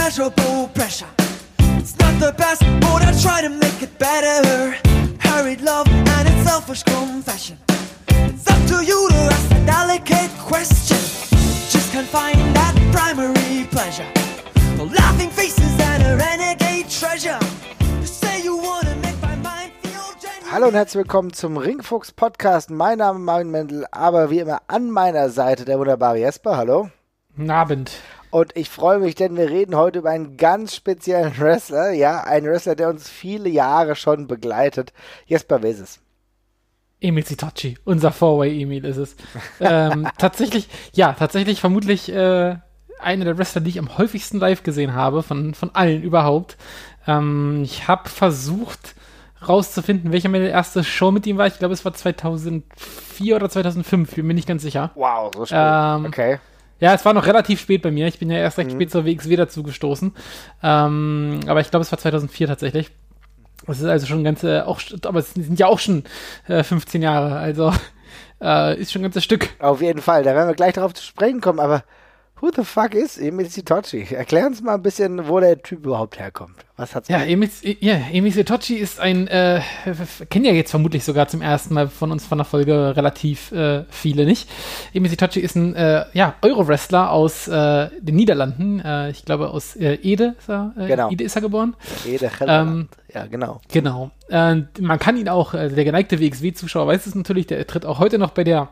immeasurable pressure. It's not the best, but I try to make it better. Hurried love and its selfish confession. It's up to you to ask the delicate question. Just can't find that primary pleasure. The laughing faces and a renegade treasure. You say you wanna make my mind feel genuine. Hallo und herzlich willkommen zum Ringfuchs Podcast. Mein Name ist Marvin Mendel, aber wie immer an meiner Seite der wunderbare Jesper. Hallo. Guten Abend. Und ich freue mich, denn wir reden heute über einen ganz speziellen Wrestler. Ja, einen Wrestler, der uns viele Jahre schon begleitet. Jesper, wer ist es? Emil Sitoci, unser Four-Way-Emil ist es. Tatsächlich vermutlich einer der Wrestler, die ich am häufigsten live gesehen habe, von allen überhaupt. Ich habe versucht rauszufinden, welche meine erste Show mit ihm war. Ich glaube, es war 2004 oder 2005, bin mir nicht ganz sicher. Wow, so spät. Okay. Ja, es war noch relativ spät bei mir. Ich bin ja erst recht spät zur WXW dazu gestoßen. Aber ich glaube, es war 2004 tatsächlich. Das ist also schon aber es sind ja auch schon 15 Jahre. Also ist schon ein ganzes Stück. Auf jeden Fall, da werden wir gleich darauf zu sprechen kommen. Aber who the fuck is Emil Sitoci? Erklär uns mal ein bisschen, wo der Typ überhaupt herkommt. Was hat's mit? Emil Sitoci ist ein, kennen ja jetzt vermutlich sogar zum ersten Mal von uns von der Folge relativ viele nicht. Emil Sitoci ist ein Euro-Wrestler aus den Niederlanden. Ich glaube aus Ede ist er. Genau. Ede ist er geboren. Ede, ja, genau. Genau. Man kann ihn auch, der geneigte WXW-Zuschauer weiß es natürlich, der tritt auch heute noch bei der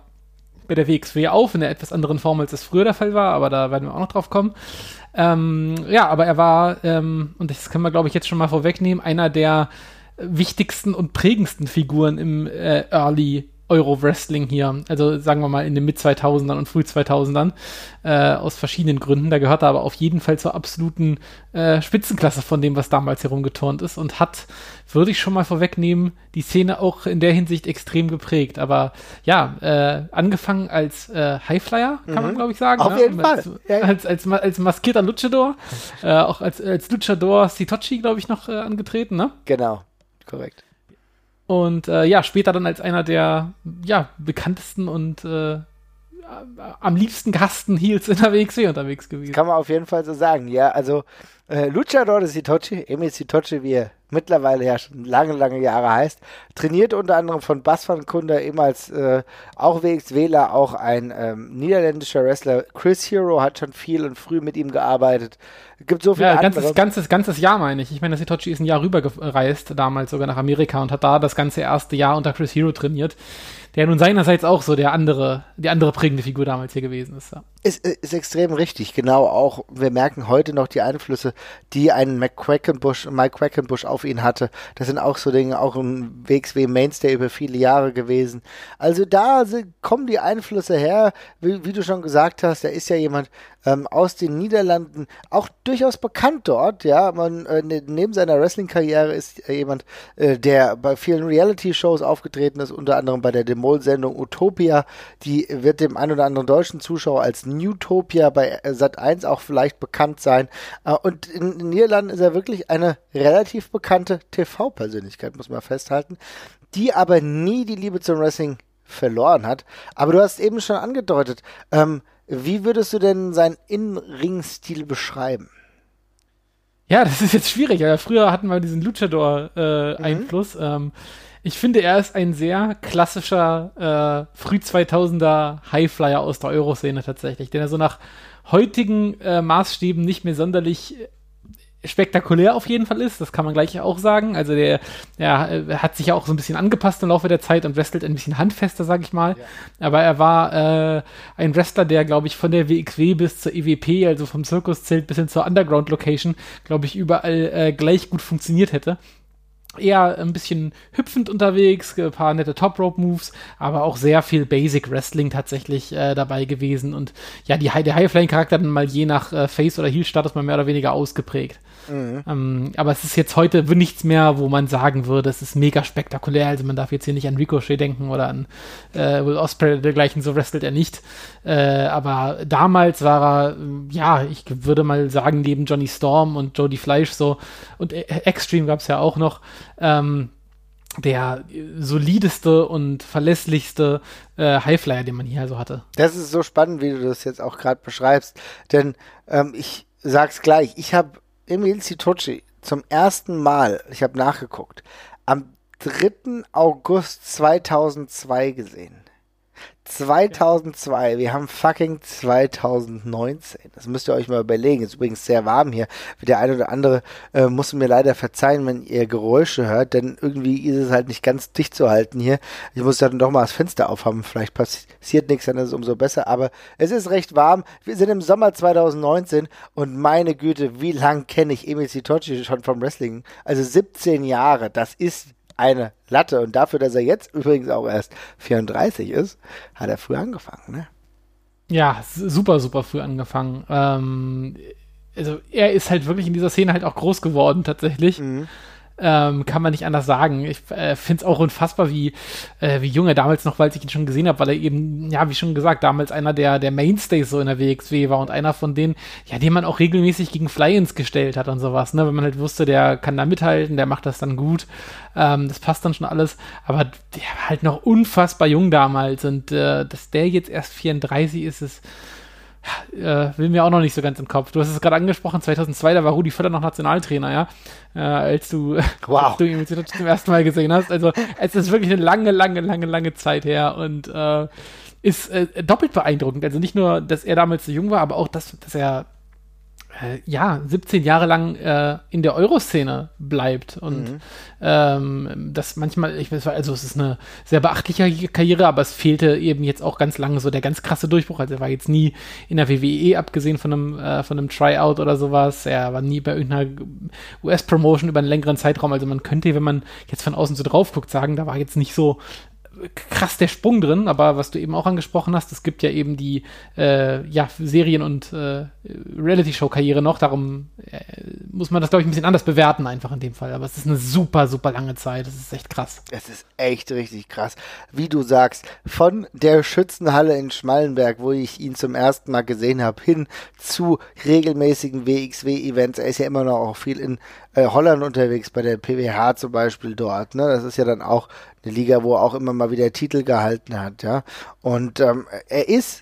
WXW auf, in einer etwas anderen Form, als das früher der Fall war, aber da werden wir auch noch drauf kommen. Aber er war, und das können wir, glaube ich, jetzt schon mal vorwegnehmen, einer der wichtigsten und prägendsten Figuren im Early Euro-Wrestling hier. Also sagen wir mal in den Mid-2000ern und Früh-2000ern aus verschiedenen Gründen. Da gehört er aber auf jeden Fall zur absoluten Spitzenklasse von dem, was damals herumgeturnt ist und hat, würde ich schon mal vorwegnehmen, die Szene auch in der Hinsicht extrem geprägt. Aber ja, angefangen als Highflyer, kann man glaube ich sagen. Auf jeden Fall. Als maskierter Luchador, auch als Luchador Sitoci, glaube ich, noch angetreten, ne? Genau, korrekt. Und später dann als einer der bekanntesten und am liebsten gehassten Heels in der WXW unterwegs gewesen. Kann man auf jeden Fall so sagen, ja. Also Luchador de Sitoci, Emil Sitoci, wie er mittlerweile ja schon lange Jahre heißt, trainiert unter anderem von Bas van Kunder, ehemals auch WXWler, auch ein niederländischer Wrestler. Chris Hero hat schon viel und früh mit ihm gearbeitet. Gibt so viele andere. Ganzes Jahr meine ich. Ich meine, Sitoci ist ein Jahr rübergereist, damals sogar nach Amerika und hat da das ganze erste Jahr unter Chris Hero trainiert, der nun seinerseits auch so die andere prägende Figur damals hier gewesen ist. Ja. Ist extrem richtig, genau auch. Wir merken heute noch die Einflüsse, die ein Mike Quackenbush auf ihn hatte. Das sind auch so Dinge, auch ein WXW-Mainstay über viele Jahre gewesen. Also da kommen die Einflüsse her, wie du schon gesagt hast, er ist ja jemand aus den Niederlanden, auch durchaus bekannt dort, ja, neben seiner Wrestling-Karriere ist jemand, der bei vielen Reality-Shows aufgetreten ist, unter anderem bei der Demol-Sendung Utopia, die wird dem ein oder anderen deutschen Zuschauer als Newtopia bei Sat.1 auch vielleicht bekannt sein, und in den Niederlanden ist er wirklich eine relativ bekannte TV-Persönlichkeit, muss man festhalten, die aber nie die Liebe zum Wrestling verloren hat, aber du hast eben schon angedeutet, wie würdest du denn seinen In-Ring-Stil beschreiben? Ja, das ist jetzt schwierig. Ja, früher hatten wir diesen Luchador-Einfluss. Ich finde, er ist ein sehr klassischer Früh-2000er Highflyer aus der Euro-Szene tatsächlich, den er so nach heutigen Maßstäben nicht mehr sonderlich spektakulär auf jeden Fall ist, das kann man gleich auch sagen. Also der hat sich ja auch so ein bisschen angepasst im Laufe der Zeit und wrestelt ein bisschen handfester, sag ich mal. Ja. Aber er war ein Wrestler, der, glaube ich, von der WXW bis zur EWP, also vom Zirkuszelt bis hin zur Underground-Location, glaube ich, überall gleich gut funktioniert hätte. Eher ein bisschen hüpfend unterwegs, ein paar nette Top-Rope-Moves, aber auch sehr viel Basic-Wrestling tatsächlich dabei gewesen. Und ja, der High-Flying-Charakter dann mal je nach Face- oder Heel-Status mal mehr oder weniger ausgeprägt. Aber es ist jetzt heute nichts mehr, wo man sagen würde, es ist mega spektakulär. Also man darf jetzt hier nicht an Ricochet denken oder an Will Ospreay, dergleichen, so wrestelt er nicht. Aber damals war er, ich würde mal sagen, neben Johnny Storm und Jody Fleisch so, und Extreme gab es ja auch noch, der solideste und verlässlichste Highflyer, den man hier also hatte. Das ist so spannend, wie du das jetzt auch gerade beschreibst, denn ich sag's gleich, ich habe Emil Sitoci zum ersten Mal, ich habe nachgeguckt, am 3. August 2002 gesehen. 2002, wir haben fucking 2019. Das müsst ihr euch mal überlegen. Ist übrigens sehr warm hier. Der eine oder andere muss mir leider verzeihen, wenn ihr Geräusche hört, denn irgendwie ist es halt nicht ganz dicht zu halten hier. Ich muss dann doch mal das Fenster aufhaben. Vielleicht passiert nichts, dann ist es umso besser. Aber es ist recht warm. Wir sind im Sommer 2019 und meine Güte, wie lang kenne ich Emil Sitoci schon vom Wrestling? Also 17 Jahre. Das ist eine Latte. Und dafür, dass er jetzt übrigens auch erst 34 ist, hat er früh angefangen, ne? Ja, super, super früh angefangen. Also er ist halt wirklich in dieser Szene halt auch groß geworden, tatsächlich. Kann man nicht anders sagen. Ich finde es auch unfassbar, wie jung er damals noch, weil ich ihn schon gesehen habe, weil er eben, ja, wie schon gesagt, damals einer der Mainstays so in der WXW war und einer von denen, ja, den man auch regelmäßig gegen Fly-Ins gestellt hat und sowas, ne, wenn man halt wusste, der kann da mithalten, der macht das dann gut, das passt dann schon alles, aber der war halt noch unfassbar jung damals und dass der jetzt erst 34 ist, will mir auch noch nicht so ganz im Kopf. Du hast es gerade angesprochen, 2002, da war Rudi Völler noch Nationaltrainer, ja, als du ihn zum ersten Mal gesehen hast. Also es ist wirklich eine lange Zeit her und ist doppelt beeindruckend. Also nicht nur, dass er damals so jung war, aber auch, dass er 17 Jahre lang in der Euroszene bleibt und das manchmal, also es ist eine sehr beachtliche Karriere, aber es fehlte eben jetzt auch ganz lange so der ganz krasse Durchbruch. Also er war jetzt nie in der WWE, abgesehen von einem Tryout oder sowas. Er war nie bei irgendeiner US-Promotion über einen längeren Zeitraum. Also man könnte, wenn man jetzt von außen so drauf guckt, sagen, da war jetzt nicht so krass der Sprung drin, aber was du eben auch angesprochen hast, es gibt ja eben die Serien- und Reality-Show-Karriere noch, darum muss man das, glaube ich, ein bisschen anders bewerten einfach in dem Fall, aber es ist eine super, super lange Zeit, das ist echt krass. Es ist echt richtig krass. Wie du sagst, von der Schützenhalle in Schmallenberg, wo ich ihn zum ersten Mal gesehen habe, hin zu regelmäßigen WXW-Events, er ist ja immer noch auch viel in Holland unterwegs, bei der PWH zum Beispiel dort, ne? Das ist ja dann auch eine Liga, wo er auch immer mal wieder Titel gehalten hat, ja. Und er ist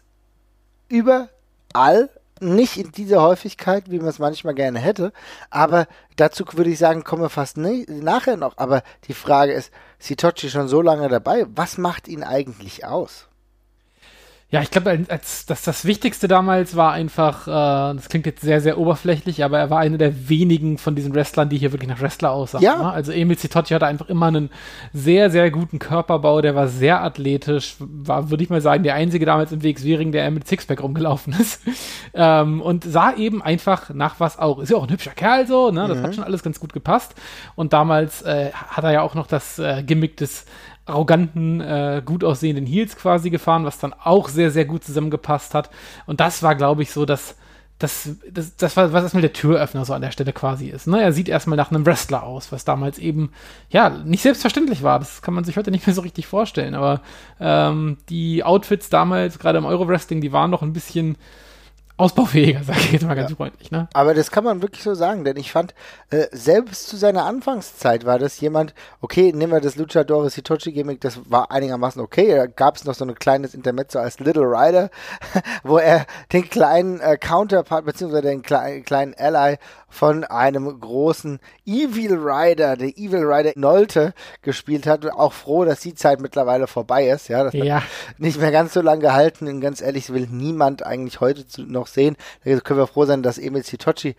überall, nicht in dieser Häufigkeit, wie man es manchmal gerne hätte, aber dazu würde ich sagen, kommen wir fast nachher noch. Aber die Frage ist, Sitoci schon so lange dabei, was macht ihn eigentlich aus? Ja, ich glaube, das Wichtigste damals war einfach, das klingt jetzt sehr, sehr oberflächlich, aber er war einer der wenigen von diesen Wrestlern, die hier wirklich nach Wrestler aussahen. Ja. Ne? Also Emil Sitoci hatte einfach immer einen sehr, sehr guten Körperbau, der war sehr athletisch, war, würde ich mal sagen, der einzige damals im WXW-Ring, der mit Sixpack rumgelaufen ist. Und sah eben einfach nach was auch. Ist ja auch ein hübscher Kerl so, ne? Das hat schon alles ganz gut gepasst. Und damals hat er ja auch noch das Gimmick des arroganten, gut aussehenden Heels quasi gefahren, was dann auch sehr, sehr gut zusammengepasst hat. Und das war, glaube ich, so, das war, was erstmal der Türöffner so an der Stelle quasi ist. Ne? Er sieht erstmal nach einem Wrestler aus, was damals eben, ja, nicht selbstverständlich war. Das kann man sich heute nicht mehr so richtig vorstellen. Aber die Outfits damals, gerade im Euro-Wrestling, die waren noch ein bisschen ausbaufähiger, sage ich jetzt mal ganz freundlich, ne? Aber das kann man wirklich so sagen, denn ich fand, selbst zu seiner Anfangszeit war das jemand, okay, nehmen wir das Luchadores Sitoci-Gimmick, das war einigermaßen okay, da gab es noch so ein kleines Intermezzo als Little Rider, wo er den kleinen Counterpart, beziehungsweise den kleinen Ally von einem großen Evil Rider, der Evil Rider Nolte gespielt hat, auch froh, dass die Zeit mittlerweile vorbei ist, ja, das hat nicht mehr ganz so lange gehalten, und ganz ehrlich, will niemand eigentlich heute noch sehen. Da können wir froh sein, dass Emil Sitoci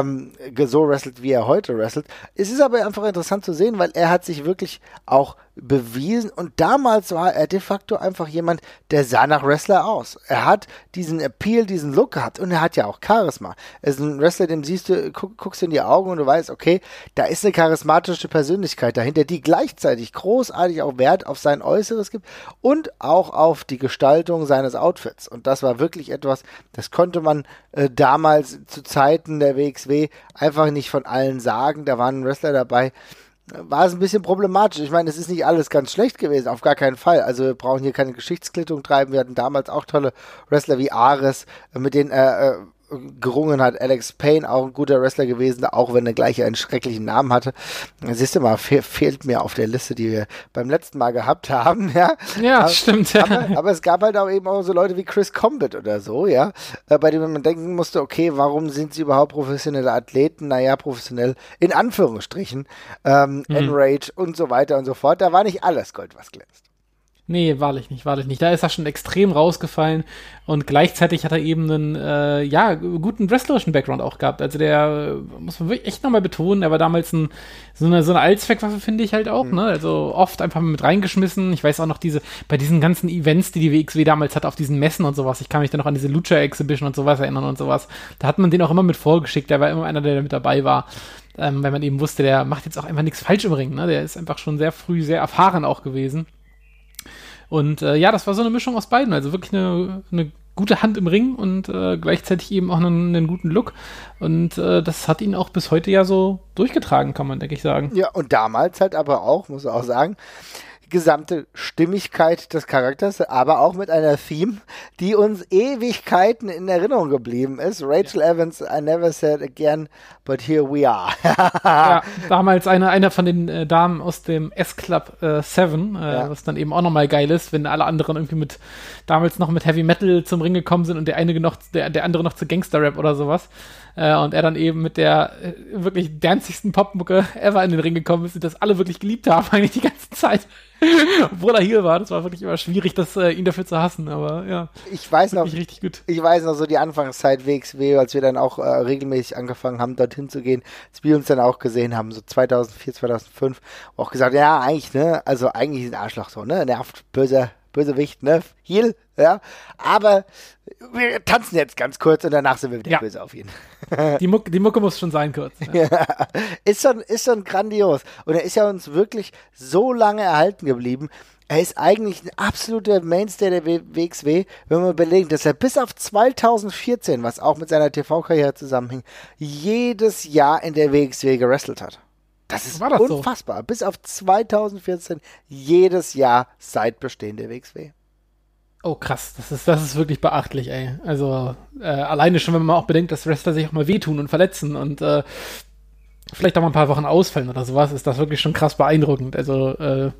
so wrestelt, wie er heute wrestelt. Es ist aber einfach interessant zu sehen, weil er hat sich wirklich auch bewiesen und damals war er de facto einfach jemand, der sah nach Wrestler aus. Er hat diesen Appeal, diesen Look gehabt und er hat ja auch Charisma. Er ist ein Wrestler, dem siehst du, guckst in die Augen und du weißt, okay, da ist eine charismatische Persönlichkeit dahinter, die gleichzeitig großartig auch Wert auf sein Äußeres gibt und auch auf die Gestaltung seines Outfits. Und das war wirklich etwas, das konnte man damals zu Zeiten der WXW einfach nicht von allen sagen. Da waren Wrestler dabei, war es ein bisschen problematisch. Ich meine, es ist nicht alles ganz schlecht gewesen, auf gar keinen Fall. Also wir brauchen hier keine Geschichtsklittung treiben. Wir hatten damals auch tolle Wrestler wie Ares, mit denen gerungen hat. Alex Payne, auch ein guter Wrestler gewesen, auch wenn er gleich einen schrecklichen Namen hatte. Siehst du mal, fehlt mir auf der Liste, die wir beim letzten Mal gehabt haben. Ja, stimmt. Aber es gab halt auch eben auch so Leute wie Chris Combat oder so, ja, bei denen man denken musste, okay, warum sind sie überhaupt professionelle Athleten? Naja, professionell in Anführungsstrichen. Enrage und so weiter und so fort. Da war nicht alles Gold, was glänzt. Nee, wahrlich nicht. Da ist er schon extrem rausgefallen und gleichzeitig hat er eben einen, guten wrestlerischen Background auch gehabt. Also der, muss man wirklich echt nochmal betonen, er war damals so eine Allzweckwaffe, finde ich halt auch, ne? Also oft einfach mit reingeschmissen. Ich weiß auch noch bei diesen ganzen Events, die WXW damals hatte, auf diesen Messen und sowas. Ich kann mich da noch an diese Lucha Exhibition und sowas erinnern und sowas. Da hat man den auch immer mit vorgeschickt. Der war immer einer, der mit dabei war. Weil man eben wusste, der macht jetzt auch einfach nichts falsch im Ring, ne? Der ist einfach schon sehr früh sehr erfahren auch gewesen. Und das war so eine Mischung aus beiden, also wirklich eine gute Hand im Ring und gleichzeitig eben auch einen guten Look. Und das hat ihn auch bis heute ja so durchgetragen, kann man, denke ich, sagen. Ja, und damals halt aber auch, muss ich auch sagen, gesamte Stimmigkeit des Charakters, aber auch mit einer Theme, die uns Ewigkeiten in Erinnerung geblieben ist. Rachel Evans, I never said again, but here we are. Ja, damals einer von den Damen aus dem S-Club 7, was dann eben auch nochmal geil ist, wenn alle anderen irgendwie damals noch mit Heavy Metal zum Ring gekommen sind und der andere noch zu Gangster-Rap oder sowas. Und er dann eben mit der wirklich danzigsten Popmucke ever in den Ring gekommen ist und das alle wirklich geliebt haben, eigentlich die ganze Zeit. Obwohl er hier war, das war wirklich immer schwierig, ihn dafür zu hassen, aber ja. Ich weiß noch, richtig gut. Ich weiß noch so die Anfangszeit WXW, als wir dann auch regelmäßig angefangen haben, dorthin zu gehen, als wir uns dann auch gesehen haben, so 2004, 2005, auch gesagt, ja, eigentlich, ne, also eigentlich ist ein Arschloch so, ne, nervt, Bösewicht, ne, Heel, ja, aber wir tanzen jetzt ganz kurz und danach sind wir wieder böse auf ihn. Die Mucke muss schon sein kurz. Ja. Ist schon grandios. Und er ist ja uns wirklich so lange erhalten geblieben. Er ist eigentlich ein absoluter Mainstay der WXW, wenn man überlegt, dass er bis auf 2014, was auch mit seiner TV-Karriere zusammenhing, jedes Jahr in der WXW gewrestelt hat. Das ist unfassbar. So? Bis auf 2014 jedes Jahr seit Bestehen der WXW. Oh krass, das ist wirklich beachtlich, ey. Also alleine schon, wenn man auch bedenkt, dass Wrestler sich auch mal wehtun und verletzen und vielleicht auch mal ein paar Wochen ausfallen oder sowas, ist das wirklich schon krass beeindruckend. Also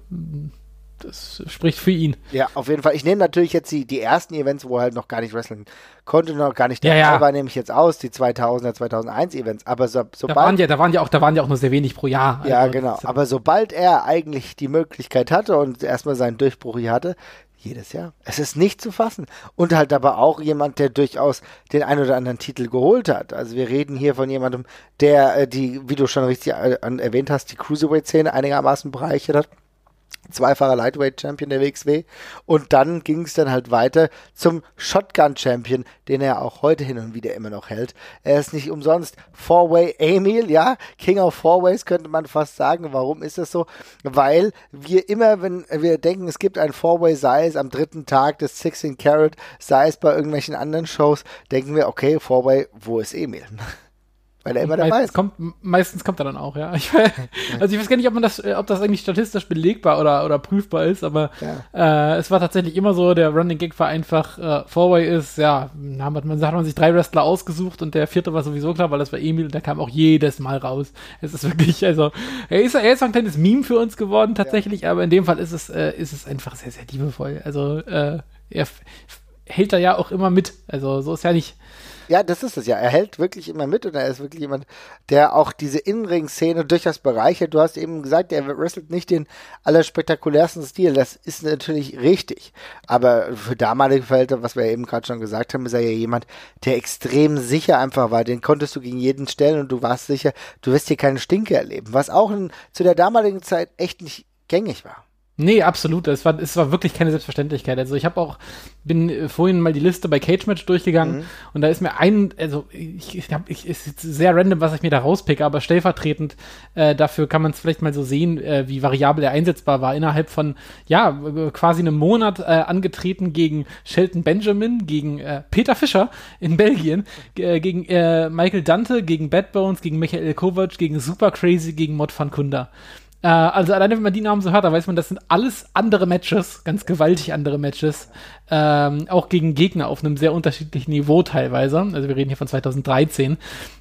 das spricht für ihn. Ja, auf jeden Fall. Ich nehme natürlich jetzt die ersten Events, wo er halt noch gar nicht wrestlen konnte, noch gar nicht dabei war, nehme ich jetzt aus, die 2000er, 2001 Events. Aber sobald... Da waren ja auch nur sehr wenig pro Jahr. Ja, also, genau. Aber sobald er eigentlich die Möglichkeit hatte und erstmal seinen Durchbruch hier hatte, jedes Jahr. Es ist nicht zu fassen. Und halt aber auch jemand, der durchaus den ein oder anderen Titel geholt hat. Also wir reden hier von jemandem, der wie du schon richtig erwähnt hast, die Cruiserweight-Szene einigermaßen bereichert hat. Zweifacher Lightweight-Champion der WXW. Und dann ging es dann halt weiter zum Shotgun-Champion, den er auch heute hin und wieder immer noch hält. Er ist nicht umsonst Four-Way Emil, ja, King of Four-Ways könnte man fast sagen. Warum ist das so? Weil wir immer, wenn wir denken, es gibt ein Four-Way, sei es am 3. Tag des 16 Carat, sei es bei irgendwelchen anderen Shows, denken wir, okay, Four-Way, wo ist Emil? Weil er immer dabei ist. Meistens kommt er dann auch, ja. Ich weiß gar nicht, ob das eigentlich statistisch belegbar oder prüfbar ist, aber es war tatsächlich immer so, der Running Gag war einfach, Four-Way ist, ja, hat man sich 3 Wrestler ausgesucht und der 4. war sowieso klar, weil das war Emil und der kam auch jedes Mal raus. Es ist wirklich, also, er ist ein kleines Meme für uns geworden tatsächlich, aber in dem Fall ist es einfach sehr, sehr liebevoll. Also, er hält da ja auch immer mit. Also, so ist ja nicht. Ja, das ist es ja. Er hält wirklich immer mit und er ist wirklich jemand, der auch diese Innenring-Szene durchaus bereichert. Du hast eben gesagt, er wrestelt nicht den allerspektakulärsten Stil. Das ist natürlich richtig. Aber für damalige Verhältnisse, was wir eben gerade schon gesagt haben, ist er ja jemand, der extrem sicher einfach war. Den konntest du gegen jeden stellen und du warst sicher, du wirst hier keinen Stinker erleben. Was auch zu der damaligen Zeit echt nicht gängig war. Nee, absolut. Es war wirklich keine Selbstverständlichkeit. Also ich bin vorhin mal die Liste bei Cage Match durchgegangen und da ist mir ist sehr random, was ich mir da rauspicke, aber stellvertretend dafür kann man es vielleicht mal so sehen, wie variabel er einsetzbar war. Innerhalb von, quasi einem Monat angetreten gegen Shelton Benjamin, gegen Peter Fischer in Belgien, gegen Michael Dante, gegen Bad Bones, gegen Michael Kovac, gegen Super Crazy, gegen Mod van Kunda. Also alleine, wenn man die Namen so hört, da weiß man, das sind alles andere Matches, ganz gewaltig andere Matches, auch gegen Gegner auf einem sehr unterschiedlichen Niveau teilweise. Also wir reden hier von 2013.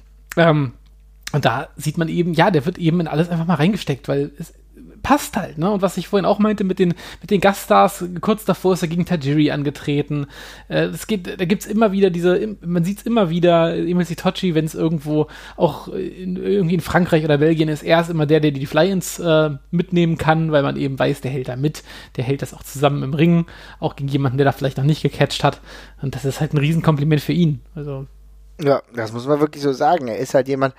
Und da sieht man eben, ja, der wird eben in alles einfach mal reingesteckt, weil es passt halt, ne? Und was ich vorhin auch meinte mit den Gaststars, kurz davor ist er gegen Tajiri angetreten. Da gibt's immer wieder man sieht's immer wieder, Emil Sitoci, wenn es irgendwo auch irgendwie in Frankreich oder Belgien ist, er ist immer der die Fly-Ins mitnehmen kann, weil man eben weiß, der hält da mit, der hält das auch zusammen im Ring, auch gegen jemanden, der da vielleicht noch nicht gecatcht hat. Und das ist halt ein Riesenkompliment für ihn. Also ja, das muss man wirklich so sagen. Er ist halt jemand,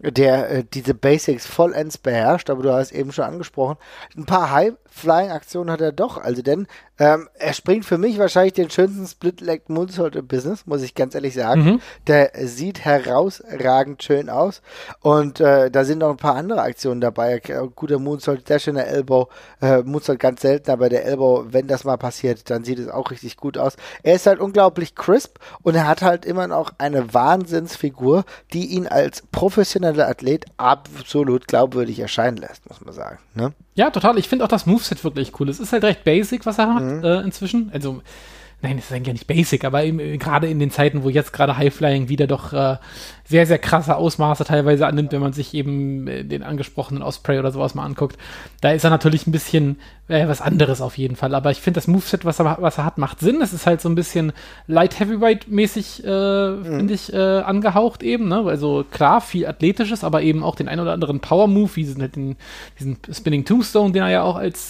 der diese Basics vollends beherrscht, aber du hast eben schon angesprochen, ein paar High-Flying-Aktionen hat er doch, also denn er springt für mich wahrscheinlich den schönsten Split-Leg-Moonsault im Business, muss ich ganz ehrlich sagen. Der sieht herausragend schön aus und da sind noch ein paar andere Aktionen dabei. Guter Moonsault, sehr schöner Elbow, Moonsault ganz selten, aber der Elbow, wenn das mal passiert, dann sieht es auch richtig gut aus. Er ist halt unglaublich crisp und er hat halt immer noch eine Wahnsinnsfigur, die ihn als professioneller Athlet absolut glaubwürdig erscheinen lässt, muss man sagen. Ne? Ja, total. Ich finde auch das Moveset wirklich cool. Es ist halt recht basic, was er macht inzwischen. Also, nein, es ist eigentlich ja nicht basic, aber gerade in den Zeiten, wo jetzt gerade Highflying wieder doch sehr, sehr krasse Ausmaße teilweise annimmt, wenn man sich eben den angesprochenen Osprey oder sowas mal anguckt, da ist er natürlich ein bisschen was anderes auf jeden Fall. Aber ich finde, das Moveset, was er hat, macht Sinn. Es ist halt so ein bisschen Light-Heavyweight-mäßig, finde ich, angehaucht eben. Ne? Also klar, viel Athletisches, aber eben auch den ein oder anderen Power-Move, wie diesen Spinning Tombstone, den er ja auch als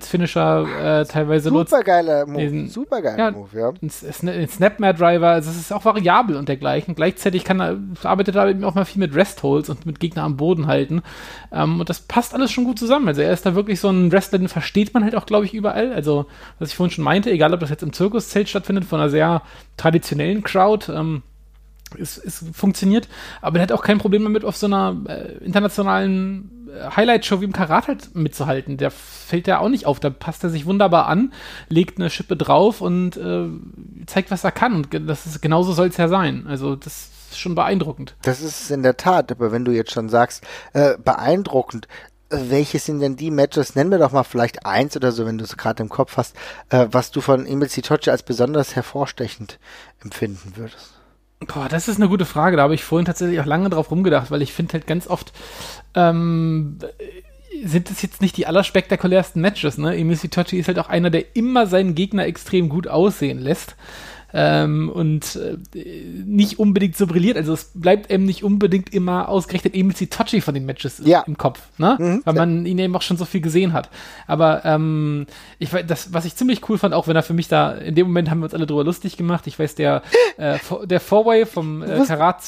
Finisher teilweise nutzt. Supergeiler Move, supergeiler Move, ja. Ein Snapmare-Driver, also es ist auch variabel und dergleichen. Gleichzeitig arbeitet er eben auch mal viel mit Rest-Holds und mit Gegner am Boden halten. Und das passt alles schon gut zusammen. Also er ist da wirklich so ein Wrestler, den versteht man halt auch, glaube ich, überall. Also, was ich vorhin schon meinte, egal ob das jetzt im Zirkuszelt stattfindet, von einer sehr traditionellen Crowd, es funktioniert, aber der hat auch kein Problem damit, auf so einer internationalen Highlight-Show wie im Karat halt mitzuhalten. Der fällt ja auch nicht auf, da passt er sich wunderbar an, legt eine Schippe drauf und zeigt, was er kann. Und genauso soll es ja sein. Also das ist schon beeindruckend. Das ist in der Tat, aber wenn du jetzt schon sagst, beeindruckend, welche sind denn die Matches, nenn mir doch mal vielleicht eins oder so, wenn du es gerade im Kopf hast, was du von Emil Sitoci als besonders hervorstechend empfinden würdest? Boah, das ist eine gute Frage. Da habe ich vorhin tatsächlich auch lange drauf rumgedacht, weil ich finde halt ganz oft sind es jetzt nicht die allerspektakulärsten Matches, ne? Emil Sitoci ist halt auch einer, der immer seinen Gegner extrem gut aussehen lässt. Und nicht unbedingt so brilliert. Also es bleibt eben nicht unbedingt immer ausgerechnet Emil Sitoci von den Matches im Kopf, ne? Weil man ihn eben auch schon so viel gesehen hat. Aber was ich ziemlich cool fand, auch wenn er für mich da, in dem Moment haben wir uns alle drüber lustig gemacht, ich weiß, der Four-Way vom Karat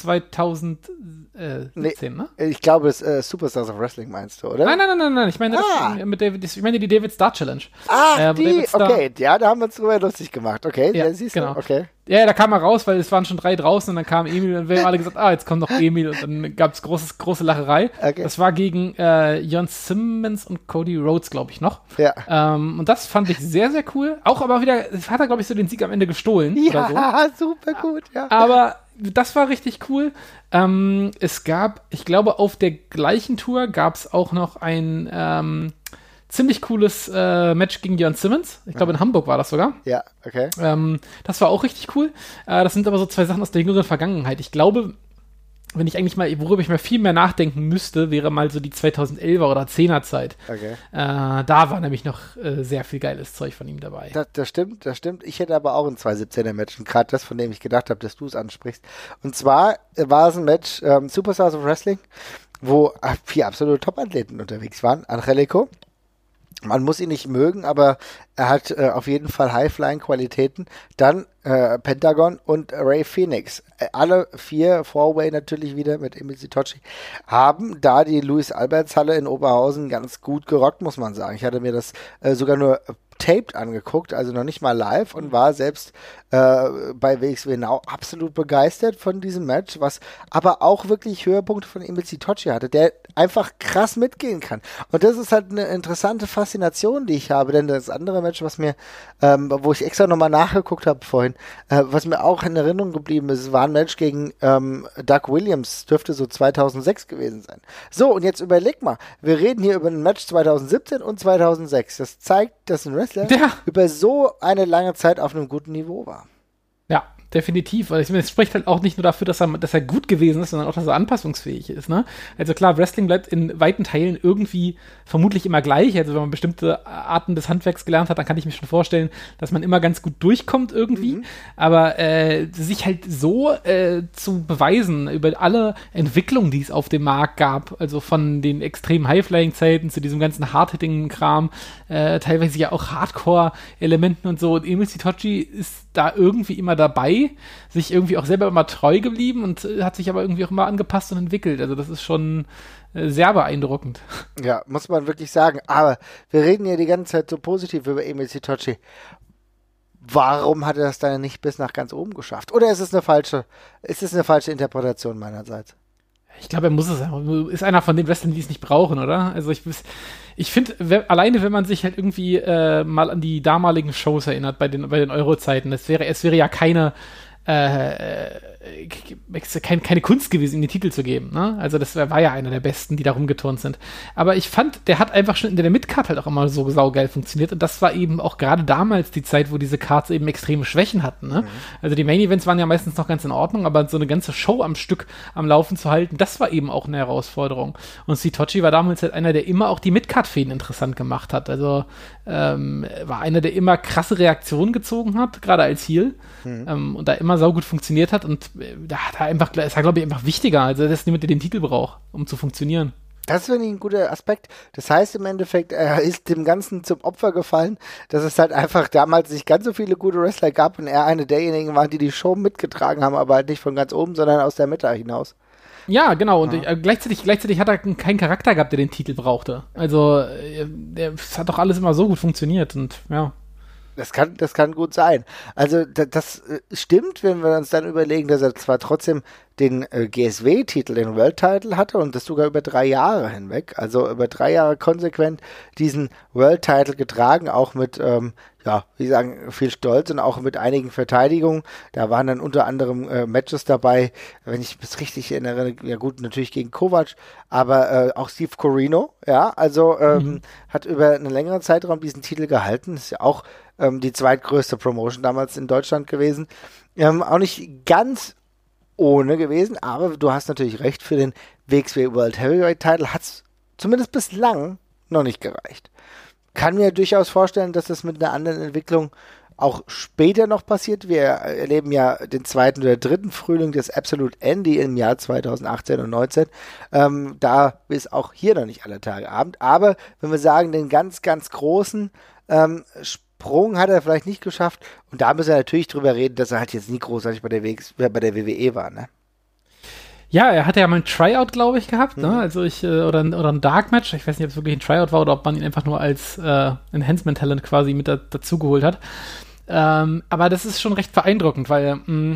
2017, ne? Ich glaube, das Superstars of Wrestling meinst du, oder? Nein. Ich meine, die David Starr Challenge. Okay. Ja, da haben wir uns drüber lustig gemacht. Okay, ja, siehst genau. du, okay. Ja, da kam er raus, weil es waren schon 3 draußen und dann kam Emil und wir haben alle gesagt, jetzt kommt noch Emil und dann gab es große Lacherei. Okay. Das war gegen Jon Simmons und Cody Rhodes, glaube ich, noch. Ja. Und das fand ich sehr, sehr cool. Auch aber wieder, hat er, glaube ich, so den Sieg am Ende gestohlen. Ja, oder so. Super gut, ja. Aber das war richtig cool. Es gab, ich glaube, auf der gleichen Tour gab es auch noch ein ziemlich cooles Match gegen Jon Simmons. Ich glaube, in Hamburg war das sogar. Ja, okay. Das war auch richtig cool. Das sind aber so 2 Sachen aus der jüngeren Vergangenheit. Ich glaube, wenn ich eigentlich mal, worüber ich mal viel mehr nachdenken müsste, wäre mal so die 2011er oder 10er Zeit. Okay. Da war nämlich noch sehr viel geiles Zeug von ihm dabei. Das stimmt. Ich hätte aber auch ein 2017er Match, gerade das, von dem ich gedacht habe, dass du es ansprichst. Und zwar war es ein Match Superstars of Wrestling, wo 4 absolute Top-Athleten unterwegs waren. Angelico. Man muss ihn nicht mögen, aber er hat auf jeden Fall High-Flying-Qualitäten. Dann Pentagon und Ray Phoenix. Alle 4, Four-Way natürlich wieder mit Emil Sitoci, haben da die Louis-Alberts-Halle in Oberhausen ganz gut gerockt, muss man sagen. Ich hatte mir das sogar nur taped angeguckt, also noch nicht mal live und war selbst bei WXW Now absolut begeistert von diesem Match, was aber auch wirklich Höhepunkte von Emil Sitoci hatte, der einfach krass mitgehen kann. Und das ist halt eine interessante Faszination, die ich habe, denn das andere Match, was mir, wo ich extra nochmal nachgeguckt habe vorhin, was mir auch in Erinnerung geblieben ist, war ein Match gegen Doug Williams, dürfte so 2006 gewesen sein. So, und jetzt überleg mal, wir reden hier über ein Match 2017 und 2006. Das zeigt, dass ein Wrestler über so eine lange Zeit auf einem guten Niveau war. Ja, definitiv. Weil es spricht halt auch nicht nur dafür, dass er gut gewesen ist, sondern auch, dass er anpassungsfähig ist. Ne? Also klar, Wrestling bleibt in weiten Teilen irgendwie vermutlich immer gleich. Also wenn man bestimmte Arten des Handwerks gelernt hat, dann kann ich mir schon vorstellen, dass man immer ganz gut durchkommt irgendwie. Mhm. Aber sich halt so zu beweisen über alle Entwicklungen, die es auf dem Markt gab, also von den extremen High-Flying-Zeiten zu diesem ganzen Hard-Hitting-Kram, teilweise ja auch Hardcore-Elementen und so. Und Emil Sitoci ist da irgendwie immer dabei, sich irgendwie auch selber immer treu geblieben und hat sich aber irgendwie auch immer angepasst und entwickelt. Also das ist schon sehr beeindruckend. Ja, muss man wirklich sagen. Aber wir reden ja die ganze Zeit so positiv über Emil Sitoci. Warum hat er das dann nicht bis nach ganz oben geschafft? Oder ist es eine falsche Interpretation meinerseits? Ich glaube, er muss es. Ist einer von den Wrestlern, die es nicht brauchen, oder? Also ich finde, alleine wenn man sich halt irgendwie mal an die damaligen Shows erinnert, bei den Euro-Zeiten, es wäre ja keine Kunst gewesen, ihm den Titel zu geben. Ne? Also das war ja einer der Besten, die da rumgeturnt sind. Aber ich fand, der hat einfach schon in der Midcard halt auch immer so saugeil funktioniert. Und das war eben auch gerade damals die Zeit, wo diese Cards eben extreme Schwächen hatten. Ne? Mhm. Also die Main-Events waren ja meistens noch ganz in Ordnung, aber so eine ganze Show am Stück am Laufen zu halten, das war eben auch eine Herausforderung. Und Sitoci war damals halt einer, der immer auch die Midcard-Fäden interessant gemacht hat. Also war einer, der immer krasse Reaktionen gezogen hat, gerade als Heel. Mhm. Und da immer saugut funktioniert hat und da hat er einfach, ist er, glaube ich, einfach wichtiger, also dass niemand, der den Titel braucht, um zu funktionieren. Das finde ich ein guter Aspekt. Das heißt im Endeffekt, er ist dem Ganzen zum Opfer gefallen, dass es halt einfach damals nicht ganz so viele gute Wrestler gab und er eine derjenigen war, die die Show mitgetragen haben, aber halt nicht von ganz oben, sondern aus der Mitte hinaus. Ja, genau. Und gleichzeitig hat er keinen Charakter gehabt, der den Titel brauchte. Also, es hat doch alles immer so gut funktioniert und ja. Das kann gut sein. Also das stimmt, wenn wir uns dann überlegen, dass er zwar trotzdem den GSW-Titel, den World-Title hatte und das sogar über 3 Jahre hinweg, also über 3 Jahre konsequent diesen World-Title getragen, auch mit, wie sagen, viel Stolz und auch mit einigen Verteidigungen. Da waren dann unter anderem Matches dabei, wenn ich mich richtig erinnere, ja gut, natürlich gegen Kovac, aber auch Steve Corino, ja, also hat über einen längeren Zeitraum diesen Titel gehalten, ist ja auch die zweitgrößte Promotion damals in Deutschland gewesen. Auch nicht ganz ohne gewesen, aber du hast natürlich recht, für den WXW World Heavyweight Title hat es zumindest bislang noch nicht gereicht. Kann mir durchaus vorstellen, dass das mit einer anderen Entwicklung auch später noch passiert. Wir erleben ja den 2. oder 3. Frühling des Absolute Andy im Jahr 2018 und 19. Da ist auch hier noch nicht alle Tage Abend. Aber wenn wir sagen, den ganz, ganz großen Sprung hat er vielleicht nicht geschafft. Und da müssen wir natürlich drüber reden, dass er halt jetzt nie großartig bei der WWE war, ne? Ja, er hatte ja mal ein Tryout, glaube ich, gehabt, ne? Also oder ein Dark Match. Ich weiß nicht, ob es wirklich ein Tryout war oder ob man ihn einfach nur als Enhancement-Talent quasi mit dazugeholt hat. Aber das ist schon recht beeindruckend, weil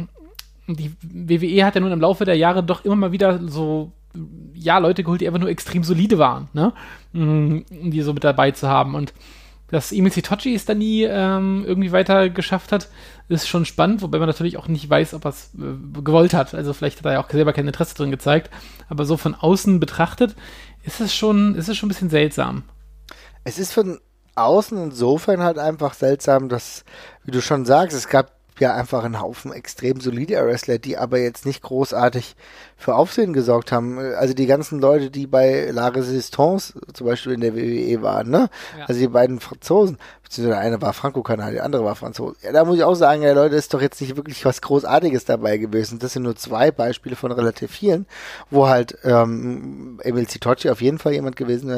die WWE hat ja nun im Laufe der Jahre doch immer mal wieder so Leute geholt, die einfach nur extrem solide waren, ne? Um die so mit dabei zu haben. Und dass Emil Sitoci es da nie irgendwie weiter geschafft hat, ist schon spannend, wobei man natürlich auch nicht weiß, ob er es gewollt hat. Also vielleicht hat er ja auch selber kein Interesse drin gezeigt. Aber so von außen betrachtet ist es schon ein bisschen seltsam. Es ist von außen insofern halt einfach seltsam, dass, wie du schon sagst, es gab ja einfach einen Haufen extrem solider Wrestler, die aber jetzt nicht großartig für Aufsehen gesorgt haben. Also die ganzen Leute, die bei La Resistance zum Beispiel in der WWE waren, ne? Ja. Also die beiden Franzosen, beziehungsweise der eine war Franco-Kanadier, der andere war Franzose. Ja, da muss ich auch sagen, ja Leute, ist doch jetzt nicht wirklich was Großartiges dabei gewesen. Das sind nur 2 Beispiele von relativ vielen, wo halt Emil Sitoci auf jeden Fall jemand gewesen wäre,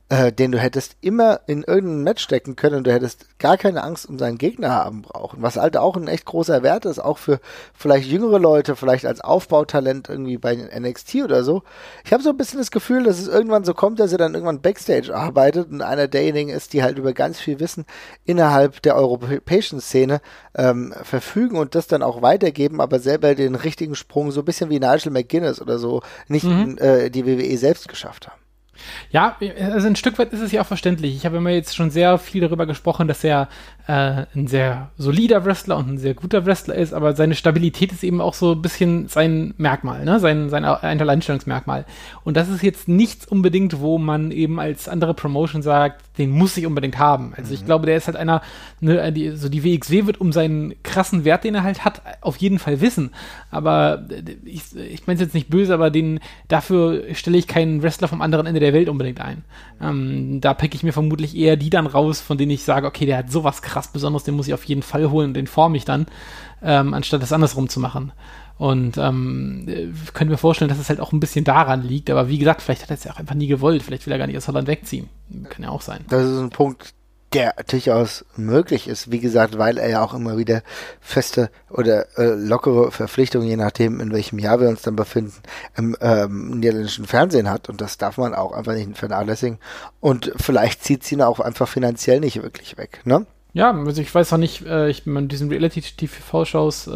den du hättest immer in irgendein Match stecken können und du hättest gar keine Angst um seinen Gegner haben brauchen, was halt auch ein echt großer Wert ist, auch für vielleicht jüngere Leute, vielleicht als Aufbautalent irgendwie bei NXT oder so. Ich habe so ein bisschen das Gefühl, dass es irgendwann so kommt, dass er dann irgendwann Backstage arbeitet und einer derjenigen ist, die halt über ganz viel Wissen innerhalb der europäischen Szene verfügen und das dann auch weitergeben, aber selber den richtigen Sprung, so ein bisschen wie Nigel McGuinness oder so, nicht in die WWE selbst geschafft haben. Ja, also ein Stück weit ist es ja auch verständlich. Ich habe immer jetzt schon sehr viel darüber gesprochen, dass er ein sehr solider Wrestler und ein sehr guter Wrestler ist, aber seine Stabilität ist eben auch so ein bisschen sein Merkmal, ne? Sein Alleinstellungsmerkmal. Und das ist jetzt nichts unbedingt, wo man eben als andere Promotion sagt, den muss ich unbedingt haben. Also ich glaube, der ist halt einer, ne, die WXW wird um seinen krassen Wert, den er halt hat, auf jeden Fall wissen. Aber ich meine es jetzt nicht böse, aber dafür stelle ich keinen Wrestler vom anderen Ende der Welt unbedingt ein. Da picke ich mir vermutlich eher die dann raus, von denen ich sage, okay, der hat sowas krass Besonderes, den muss ich auf jeden Fall holen und den forme ich dann, anstatt das andersrum zu machen. Und könnte mir vorstellen, dass es halt auch ein bisschen daran liegt, aber wie gesagt, vielleicht hat er es ja auch einfach nie gewollt, vielleicht will er gar nicht aus Holland wegziehen. Kann ja auch sein. Das ist ein Punkt, der durchaus möglich ist, wie gesagt, weil er ja auch immer wieder feste oder lockere Verpflichtungen, je nachdem, in welchem Jahr wir uns dann befinden, im niederländischen Fernsehen hat und das darf man auch einfach nicht vernachlässigen und vielleicht zieht sie ihn auch einfach finanziell nicht wirklich weg, ne? Ja, also ich weiß auch nicht, mit diesen Reality-TV-Shows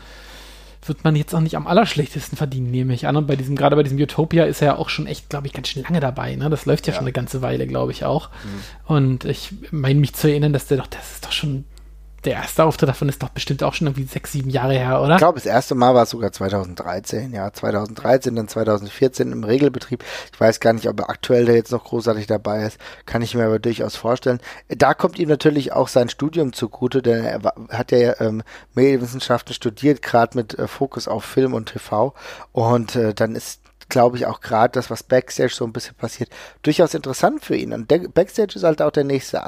wird man jetzt auch nicht am allerschlechtesten verdienen, nehme ich an. Und gerade bei diesem Utopia ist er ja auch schon echt, glaube ich, ganz schön lange dabei. Ne? Das läuft ja schon eine ganze Weile, glaube ich auch. Und ich meine mich zu erinnern, das ist doch schon, der erste Auftritt davon ist doch bestimmt auch schon irgendwie 6, 7 Jahre her, oder? Ich glaube, das erste Mal war es sogar 2013. Ja, 2013, dann 2014 im Regelbetrieb. Ich weiß gar nicht, ob er aktuell da jetzt noch großartig dabei ist. Kann ich mir aber durchaus vorstellen. Da kommt ihm natürlich auch sein Studium zugute, denn er hat ja Medienwissenschaften studiert, gerade mit Fokus auf Film und TV. Und dann ist, glaube ich, auch gerade das, was Backstage so ein bisschen passiert, durchaus interessant für ihn. Und Backstage ist halt auch der nächste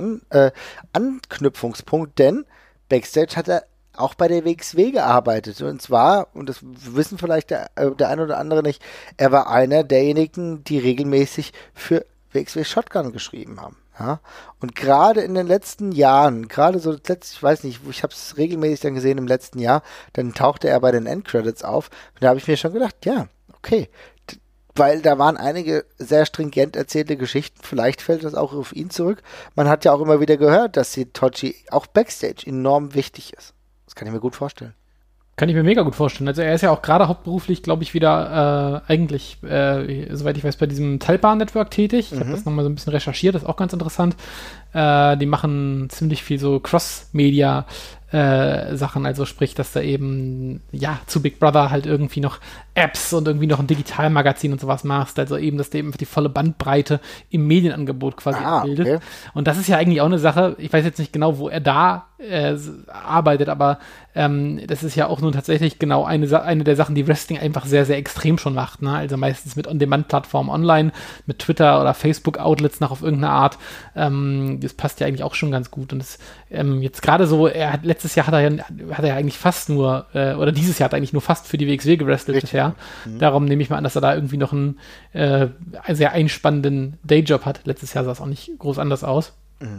Anknüpfungspunkt, denn Backstage hat er auch bei der WXW gearbeitet. Und zwar, und das wissen vielleicht der eine oder andere nicht, er war einer derjenigen, die regelmäßig für WXW Shotgun geschrieben haben. Ja? Und gerade in den letzten Jahren, gerade so ich weiß nicht, ich habe es regelmäßig dann gesehen im letzten Jahr, dann tauchte er bei den Endcredits auf. Und da habe ich mir schon gedacht, ja, okay, weil da waren einige sehr stringent erzählte Geschichten, vielleicht fällt das auch auf ihn zurück. Man hat ja auch immer wieder gehört, dass Hitoshi auch Backstage enorm wichtig ist. Das kann ich mir gut vorstellen. Kann ich mir mega gut vorstellen. Also er ist ja auch gerade hauptberuflich, glaube ich, wieder eigentlich, soweit ich weiß, bei diesem Talpa-Network tätig. Ich habe das nochmal so ein bisschen recherchiert, das ist auch ganz interessant. Die machen ziemlich viel so Cross-Media Sachen, also sprich, dass da eben, ja, zu Big Brother halt irgendwie noch Apps und irgendwie noch ein Digitalmagazin und sowas machst, also eben, dass du eben die volle Bandbreite im Medienangebot quasi abbildet. Okay. Und das ist ja eigentlich auch eine Sache, ich weiß jetzt nicht genau, wo er da arbeitet, aber das ist ja auch nun tatsächlich genau eine der Sachen, die Wrestling einfach sehr, sehr extrem schon macht, ne? Also meistens mit On-Demand-Plattformen online, mit Twitter oder Facebook-Outlets nach auf irgendeine Art. Das passt ja eigentlich auch schon ganz gut. Und das, jetzt gerade so, letztes Jahr hat er ja eigentlich fast nur, oder dieses Jahr hat er eigentlich nur fast für die WXW gewrestelt bisher. Darum nehme ich mal an, dass er da irgendwie noch einen sehr einspannenden Dayjob hat. Letztes Jahr sah es auch nicht groß anders aus.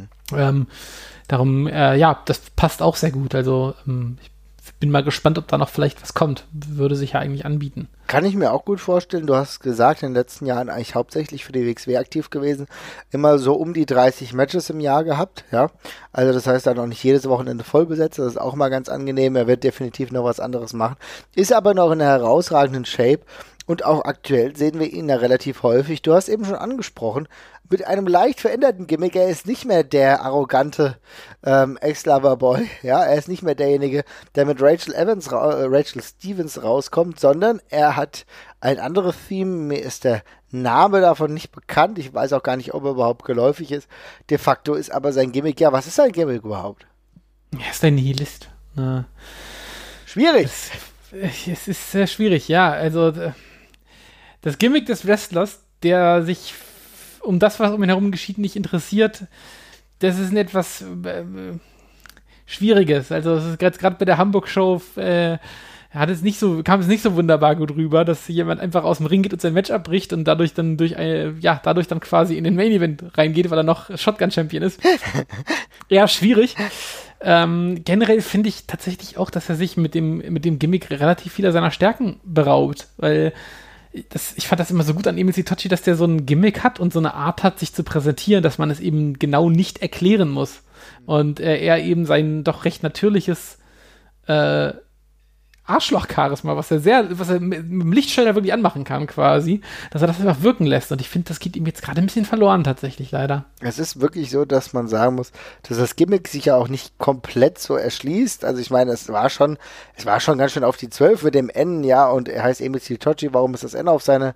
Darum, ja, das passt auch sehr gut. Also ich bin mal gespannt, ob da noch vielleicht was kommt. Würde sich ja eigentlich anbieten. Kann ich mir auch gut vorstellen. Du hast gesagt, in den letzten Jahren eigentlich hauptsächlich für die WXW aktiv gewesen. Immer so um die 30 Matches im Jahr gehabt. Ja, also das heißt, dann auch nicht jedes Wochenende voll besetzt. Das ist auch mal ganz angenehm. Er wird definitiv noch was anderes machen. Ist aber noch in einer herausragenden Shape. Und auch aktuell sehen wir ihn da relativ häufig. Du hast eben schon angesprochen, mit einem leicht veränderten Gimmick. Er ist nicht mehr der arrogante Ex-Loverboy. Ja, er ist nicht mehr derjenige, der mit Rachel Stevens rauskommt, sondern er hat ein anderes Theme. Mir ist der Name davon nicht bekannt. Ich weiß auch gar nicht, ob er überhaupt geläufig ist. De facto ist aber sein Gimmick, ja, was ist sein Gimmick überhaupt? Er ist ein Nihilist. Schwierig. Es ist sehr schwierig, ja. Also das Gimmick des Wrestlers, der sich um das, was um ihn herum geschieht, nicht interessiert, das ist ein etwas Schwieriges. Also es ist gerade bei der Hamburg-Show kam es nicht so wunderbar gut rüber, dass jemand einfach aus dem Ring geht und sein Match abbricht und dadurch dann quasi in den Main Event reingeht, weil er noch Shotgun-Champion ist. Eher schwierig. Generell finde ich tatsächlich auch, dass er sich mit dem Gimmick relativ vieler seiner Stärken beraubt, weil ich fand das immer so gut an Emil Sitoci, dass der so ein Gimmick hat und so eine Art hat, sich zu präsentieren, dass man es eben genau nicht erklären muss. Und er eben sein doch recht natürliches Arschloch-Charisma, was er mit dem Lichtschalter wirklich anmachen kann quasi, dass er das einfach wirken lässt. Und ich finde, das geht ihm jetzt gerade ein bisschen verloren tatsächlich, leider. Es ist wirklich so, dass man sagen muss, dass das Gimmick sich ja auch nicht komplett so erschließt. Also ich meine, es war schon ganz schön auf die 12 mit dem N, ja, und er heißt Emil Sitoci, warum ist das N auf seine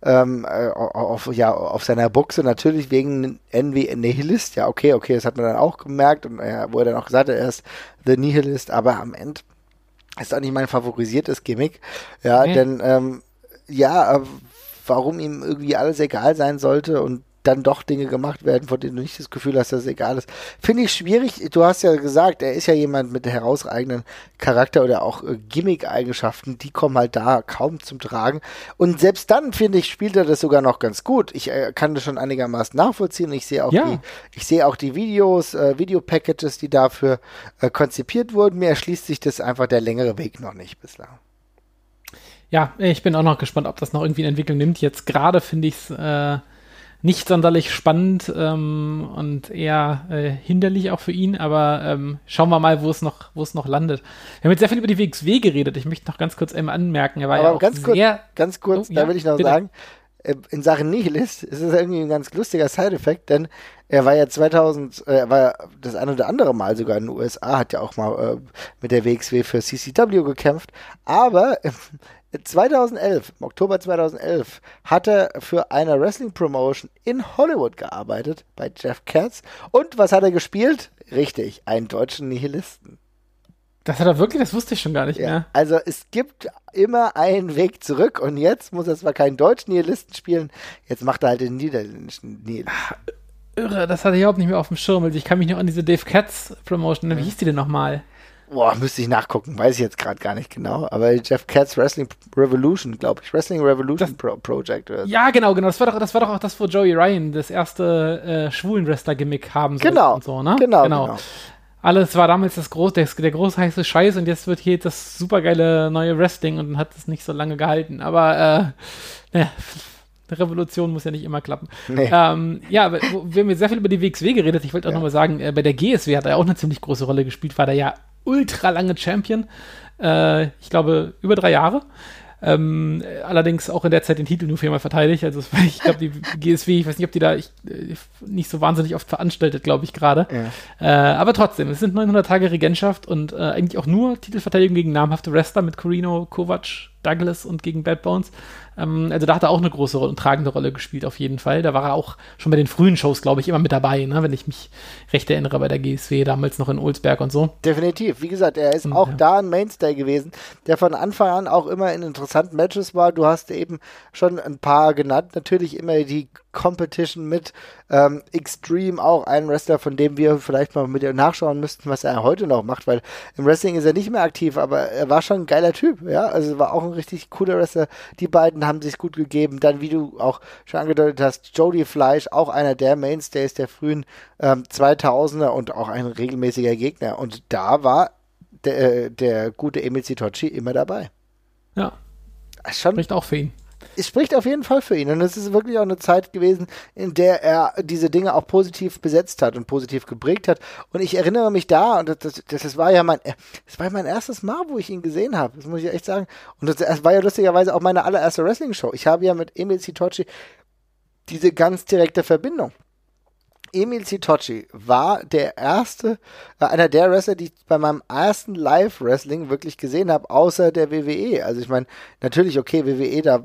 auf seiner Buchse, natürlich wegen N wie Nihilist, ja, okay, das hat man dann auch gemerkt und wo er dann auch gesagt hat, er ist The Nihilist, aber am Ende ist auch nicht mein favorisiertes Gimmick, ja, denn warum ihm irgendwie alles egal sein sollte und dann doch Dinge gemacht werden, von denen du nicht das Gefühl hast, dass es egal ist. Finde ich schwierig. Du hast ja gesagt, er ist ja jemand mit herausragenden Charakter oder auch Gimmick-Eigenschaften, die kommen halt da kaum zum Tragen. Und selbst dann, finde ich, spielt er das sogar noch ganz gut. Ich kann das schon einigermaßen nachvollziehen. Ich sehe auch die Videos, Video-Packages, die dafür konzipiert wurden. Mir erschließt sich das einfach der längere Weg noch nicht bislang. Ja, ich bin auch noch gespannt, ob das noch irgendwie eine Entwicklung nimmt. Jetzt gerade finde ich es nicht sonderlich spannend und eher hinderlich auch für ihn, aber schauen wir mal, wo es noch landet. Wir haben jetzt sehr viel über die WXW geredet. Ich möchte noch ganz kurz einmal anmerken. Er war ja auch ganz kurz, da will ich noch sagen, in Sachen Nihilist ist es irgendwie ein ganz lustiger Side-Effekt, denn er war ja das ein oder andere Mal sogar in den USA, hat ja auch mal mit der WXW für CCW gekämpft, aber im Oktober 2011, hat er für eine Wrestling-Promotion in Hollywood gearbeitet, bei Jeff Katz. Und was hat er gespielt? Richtig, einen deutschen Nihilisten. Das hat er wirklich? Das wusste ich schon gar nicht mehr. Also es gibt immer einen Weg zurück und jetzt muss er zwar keinen deutschen Nihilisten spielen, jetzt macht er halt den niederländischen Nihilisten. Irre, das hatte ich überhaupt nicht mehr auf dem Schirm. Ich kann mich noch an diese Dave Katz Promotion, wie hieß die denn nochmal? Boah, müsste ich nachgucken, weiß ich jetzt gerade gar nicht genau. Aber Jeff Katz Wrestling Revolution, glaube ich. Wrestling Revolution Project. Oder so. Ja, genau. Das war doch auch das, wo Joey Ryan das erste Schwulen-Wrestler-Gimmick haben sollte und so, ne? Genau. Alles war damals der große heiße Scheiß und jetzt wird hier das supergeile neue Wrestling und dann hat es nicht so lange gehalten. Aber, eine Revolution muss ja nicht immer klappen. Nee. Wir haben jetzt sehr viel über die WXW geredet. Ich wollte auch nochmal sagen, bei der GSW hat er auch eine ziemlich große Rolle gespielt, war der ja ultra lange Champion. Ich glaube, über 3 Jahre. Allerdings auch in der Zeit den Titel nur 4-mal verteidigt. Also ich glaube, die GSW, ich weiß nicht, ob die da nicht so wahnsinnig oft veranstaltet, glaube ich gerade. Ja. Aber trotzdem, es sind 900 Tage Regentschaft und eigentlich auch nur Titelverteidigung gegen namhafte Wrestler mit Corino, Kovac, Douglas und gegen Bad Bones. Also da hat er auch eine große und tragende Rolle gespielt auf jeden Fall. Da war er auch schon bei den frühen Shows, glaube ich, immer mit dabei, ne? Wenn ich mich recht erinnere, bei der GSW, damals noch in Olsberg und so. Definitiv. Wie gesagt, er ist auch da ein Mainstay gewesen, der von Anfang an auch immer in interessanten Matches war. Du hast eben schon ein paar genannt. Natürlich immer die Competition mit Extreme, auch ein Wrestler, von dem wir vielleicht mal mit nachschauen müssten, was er heute noch macht, weil im Wrestling ist er nicht mehr aktiv, aber er war schon ein geiler Typ, ja, also war auch ein richtig cooler Wrestler. Die beiden haben sich gut gegeben. Dann, wie du auch schon angedeutet hast, Jody Fleisch, auch einer der Mainstays der frühen 2000er und auch ein regelmäßiger Gegner. Und da war der gute Emil Sitoci immer dabei. Ja, spricht auch für ihn. Es spricht auf jeden Fall für ihn und es ist wirklich auch eine Zeit gewesen, in der er diese Dinge auch positiv besetzt hat und positiv geprägt hat. Und ich erinnere mich da, und das war ja mein erstes Mal, wo ich ihn gesehen habe, das muss ich echt sagen. Und das war ja lustigerweise auch meine allererste Wrestling-Show. Ich habe ja mit Emil Sitoci diese ganz direkte Verbindung. Emil Sitoci war einer der Wrestler, die ich bei meinem ersten Live-Wrestling wirklich gesehen habe, außer der WWE. Also ich meine, natürlich, okay, WWE, da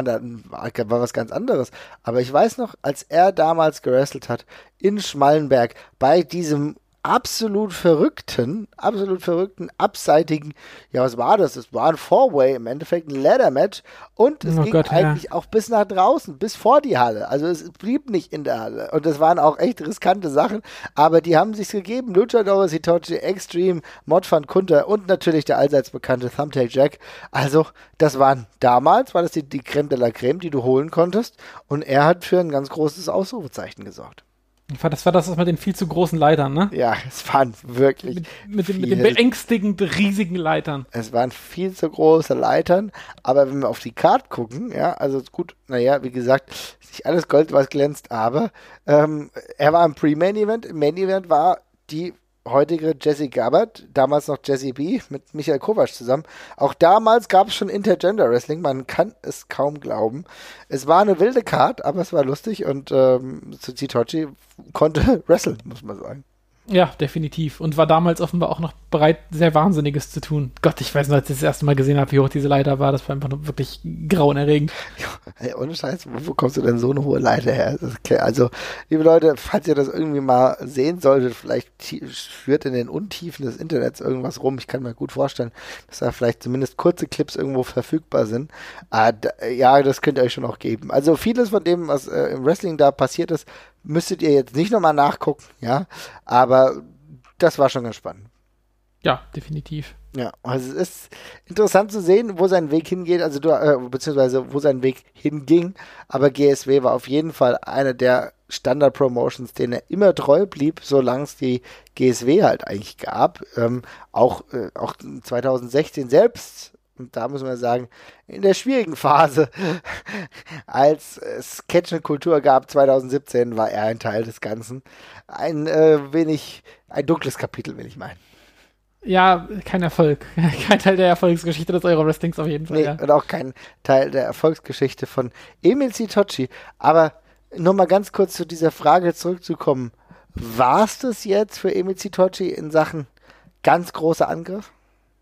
war was ganz anderes. Aber ich weiß noch, als er damals gewrestelt hat, in Schmallenberg, bei diesem absolut verrückten, abseitigen, ja, was war das? Es war ein Four-Way, im Endeffekt ein Ladder-Match und es ging eigentlich auch bis nach draußen, bis vor die Halle. Also es blieb nicht in der Halle und das waren auch echt riskante Sachen, aber die haben sich's gegeben. Luchador, Hitochi, Extreme, Mod van Kunter und natürlich der allseits bekannte Thumbtack Jack. Also das war das die Creme de la Creme, die du holen konntest und er hat für ein ganz großes Ausrufezeichen gesorgt. Das war das mit den viel zu großen Leitern, ne? Ja, es waren wirklich mit den beängstigend riesigen Leitern. Es waren viel zu große Leitern, aber wenn wir auf die Card gucken, ja, also gut, naja, wie gesagt, nicht alles Gold, was glänzt, aber er war im Pre-Main-Event. Im Main-Event war die heutige Jessie Gabbard, damals noch Jessie B, mit Michael Kovac zusammen. Auch damals gab es schon Intergender Wrestling, man kann es kaum glauben. Es war eine wilde Card, aber es war lustig und Hitochi konnte wresteln, muss man sagen. Ja, definitiv. Und war damals offenbar auch noch bereit, sehr Wahnsinniges zu tun. Gott, ich weiß noch, als ich das erste Mal gesehen habe, wie hoch diese Leiter war, das war einfach nur wirklich grauenerregend. Ja, ey, ohne Scheiß, wo kommst du denn so eine hohe Leiter her? Also, liebe Leute, falls ihr das irgendwie mal sehen solltet, vielleicht schwirrt in den Untiefen des Internets irgendwas rum. Ich kann mir gut vorstellen, dass da vielleicht zumindest kurze Clips irgendwo verfügbar sind. Ja, das könnt ihr euch schon auch geben. Also vieles von dem, was im Wrestling da passiert ist, müsstet ihr jetzt nicht nochmal nachgucken, ja, aber das war schon ganz spannend. Ja, definitiv. Ja, also es ist interessant zu sehen, wo sein Weg hingeht, also beziehungsweise wo sein Weg hinging, aber GSW war auf jeden Fall einer der Standard-Promotions, denen er immer treu blieb, solange es die GSW halt eigentlich gab, auch 2016 selbst. Und da muss man sagen, in der schwierigen Phase, als es Catch-Kultur gab, 2017, war er ein Teil des Ganzen. Ein dunkles Kapitel, will ich meinen. Ja, kein Erfolg. Kein Teil der Erfolgsgeschichte des Euro-Wrestlings auf jeden Fall. Nee, ja. Und auch kein Teil der Erfolgsgeschichte von Emil Hitochi. Aber nur mal ganz kurz zu dieser Frage zurückzukommen. War es das jetzt für Emil Hitochi in Sachen ganz großer Angriff?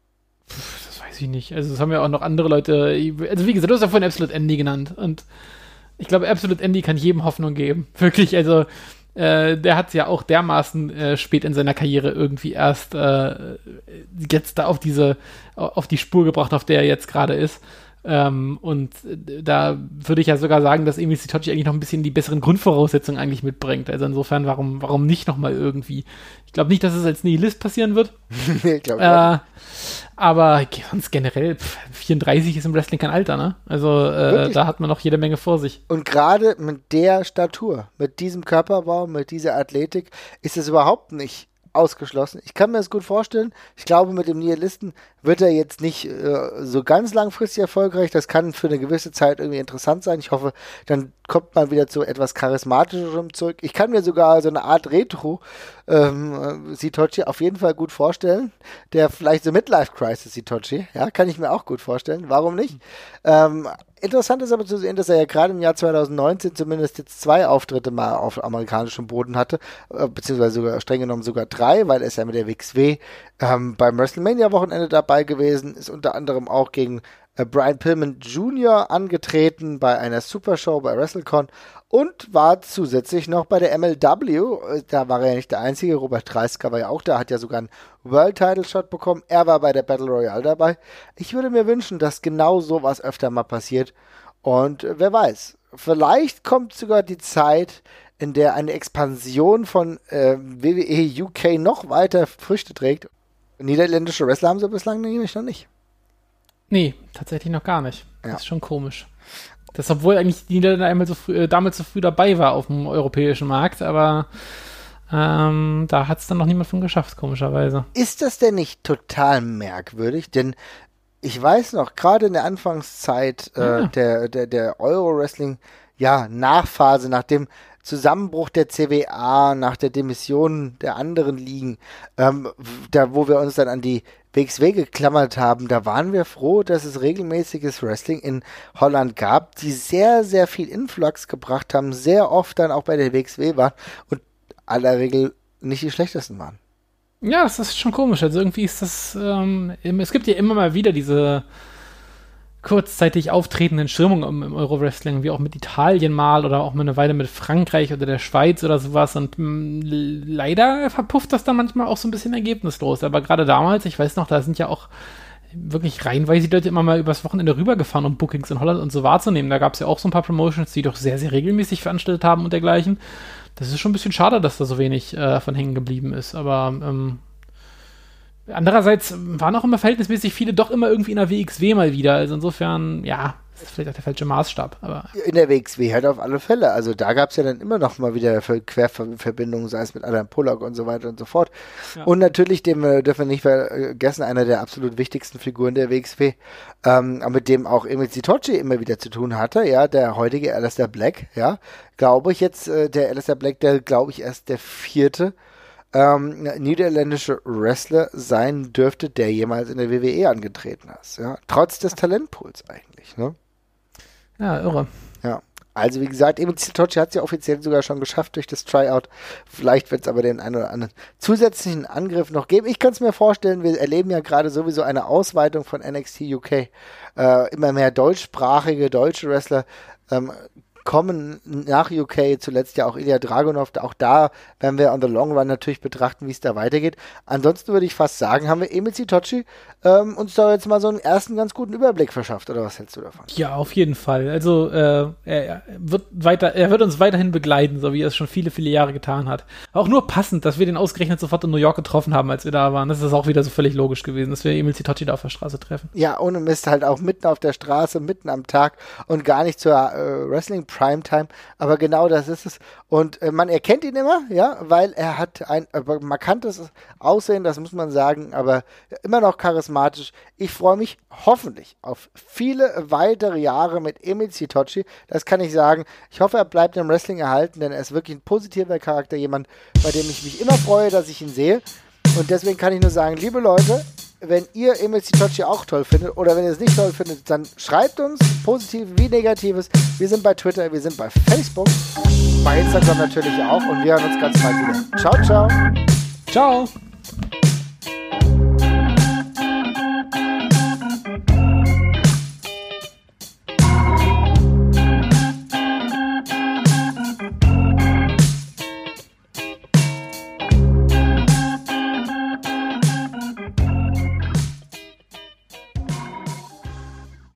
Das weiß ich nicht. Also, das haben ja auch noch andere Leute. Also, wie gesagt, du hast ja vorhin Absolute Andy genannt. Und ich glaube, Absolute Andy kann jedem Hoffnung geben. Wirklich, also, der hat es ja auch dermaßen spät in seiner Karriere irgendwie erst jetzt da auf die Spur gebracht, auf der er jetzt gerade ist. Und da würde ich ja sogar sagen, dass Emil Hitochi eigentlich noch ein bisschen die besseren Grundvoraussetzungen eigentlich mitbringt. Also insofern, warum nicht nochmal irgendwie? Ich glaube nicht, dass es als Nihilist passieren wird. Ich glaube nicht. Aber sonst generell, 34 ist im Wrestling kein Alter, ne? Also da hat man noch jede Menge vor sich. Und gerade mit der Statur, mit diesem Körperbau, mit dieser Athletik, ist es überhaupt nicht ausgeschlossen. Ich kann mir das gut vorstellen. Ich glaube, mit dem Nihilisten wird er jetzt nicht so ganz langfristig erfolgreich. Das kann für eine gewisse Zeit irgendwie interessant sein. Ich hoffe, dann kommt man wieder zu etwas Charismatischerem zurück. Ich kann mir sogar so eine Art Retro Hitochi auf jeden Fall gut vorstellen. Der vielleicht so Midlife-Crisis Hitochi, ja, kann ich mir auch gut vorstellen. Warum nicht? Interessant ist aber zu sehen, dass er ja gerade im Jahr 2019 zumindest jetzt 2 Auftritte mal auf amerikanischem Boden hatte, beziehungsweise sogar streng genommen sogar 3, weil er ist ja mit der WXW beim WrestleMania-Wochenende dabei gewesen, ist unter anderem auch gegen Brian Pillman Jr. angetreten bei einer Supershow bei WrestleCon und war zusätzlich noch bei der MLW. Da war er ja nicht der Einzige. Robert Dreisker war ja auch da, hat ja sogar einen World-Title-Shot bekommen. Er war bei der Battle Royale dabei. Ich würde mir wünschen, dass genau sowas öfter mal passiert. Und wer weiß, vielleicht kommt sogar die Zeit, in der eine Expansion von WWE UK noch weiter Früchte trägt. Niederländische Wrestler haben sie bislang nämlich noch nicht. Nee, tatsächlich noch gar nicht. Ja. Das ist schon komisch. Das, obwohl eigentlich die Niederländer damals so früh dabei war auf dem europäischen Markt, aber da hat es dann noch niemand von geschafft, komischerweise. Ist das denn nicht total merkwürdig? Denn ich weiß noch, gerade in der Anfangszeit der Euro-Wrestling, Nachphase, nach dem Zusammenbruch der CWA, nach der Demission der anderen Ligen, da wo wir uns dann an die WXW geklammert haben, da waren wir froh, dass es regelmäßiges Wrestling in Holland gab, die sehr, sehr viel Influx gebracht haben, sehr oft dann auch bei der WXW waren und aller Regel nicht die schlechtesten waren. Ja, das ist schon komisch. Also irgendwie ist das, es gibt ja immer mal wieder diese kurzzeitig auftretenden Strömungen im Euro-Wrestling, wie auch mit Italien mal oder auch mal eine Weile mit Frankreich oder der Schweiz oder sowas. Und leider verpufft das dann manchmal auch so ein bisschen ergebnislos. Aber gerade damals, ich weiß noch, da sind ja auch wirklich reihenweise die Leute immer mal übers Wochenende rübergefahren, um Bookings in Holland und so wahrzunehmen. Da gab es ja auch so ein paar Promotions, die doch sehr, sehr regelmäßig veranstaltet haben und dergleichen. Das ist schon ein bisschen schade, dass da so wenig von hängen geblieben ist. Aber andererseits waren auch immer verhältnismäßig viele doch immer irgendwie in der WXW mal wieder. Also insofern, ja, das ist vielleicht auch der falsche Maßstab. Aber in der WXW halt auf alle Fälle. Also da gab es ja dann immer noch mal wieder Querverbindungen, sei es mit Adam Pollock und so weiter und so fort. Ja. Und natürlich, dürfen wir nicht vergessen, einer der absolut wichtigsten Figuren der WXW, mit dem auch Emil Sitoci immer wieder zu tun hatte, ja, der heutige Aleister Black, ja, glaube ich jetzt, der Aleister Black, der glaube ich erst der 4. niederländische Wrestler sein dürfte, der jemals in der WWE angetreten ist. Ja? Trotz des Talentpools eigentlich. Ne? Ja, irre. Ja, also wie gesagt, Emil Sitoci hat es ja offiziell sogar schon geschafft durch das Tryout. Vielleicht wird es aber den einen oder anderen zusätzlichen Angriff noch geben. Ich kann es mir vorstellen, wir erleben ja gerade sowieso eine Ausweitung von NXT UK. Immer mehr deutschsprachige deutsche Wrestler kommen nach UK, zuletzt ja auch Ilya Dragunov, auch da werden wir on the long run natürlich betrachten, wie es da weitergeht. Ansonsten würde ich fast sagen, haben wir Emil Sitoci uns da jetzt mal so einen ersten ganz guten Überblick verschafft, oder was hältst du davon? Ja, auf jeden Fall. Also er wird uns weiterhin begleiten, so wie er es schon viele, viele Jahre getan hat. Auch nur passend, dass wir den ausgerechnet sofort in New York getroffen haben, als wir da waren. Das ist auch wieder so völlig logisch gewesen, dass wir Emil Sitoci da auf der Straße treffen. Ja, ohne Mist, halt auch mitten auf der Straße, mitten am Tag und gar nicht zur Wrestling Primetime, aber genau das ist es. Und man erkennt ihn immer, ja, weil er hat ein markantes Aussehen, das muss man sagen, aber immer noch charismatisch. Ich freue mich hoffentlich auf viele weitere Jahre mit Emil Sitoci. Das kann ich sagen. Ich hoffe, er bleibt im Wrestling erhalten, denn er ist wirklich ein positiver Charakter, jemand, bei dem ich mich immer freue, dass ich ihn sehe. Und deswegen kann ich nur sagen, liebe Leute, wenn ihr Emil Sitoci auch toll findet oder wenn ihr es nicht toll findet, dann schreibt uns positiv wie negatives. Wir sind bei Twitter, wir sind bei Facebook, bei Instagram natürlich auch und wir hören uns ganz bald wieder. Ciao, ciao. Ciao.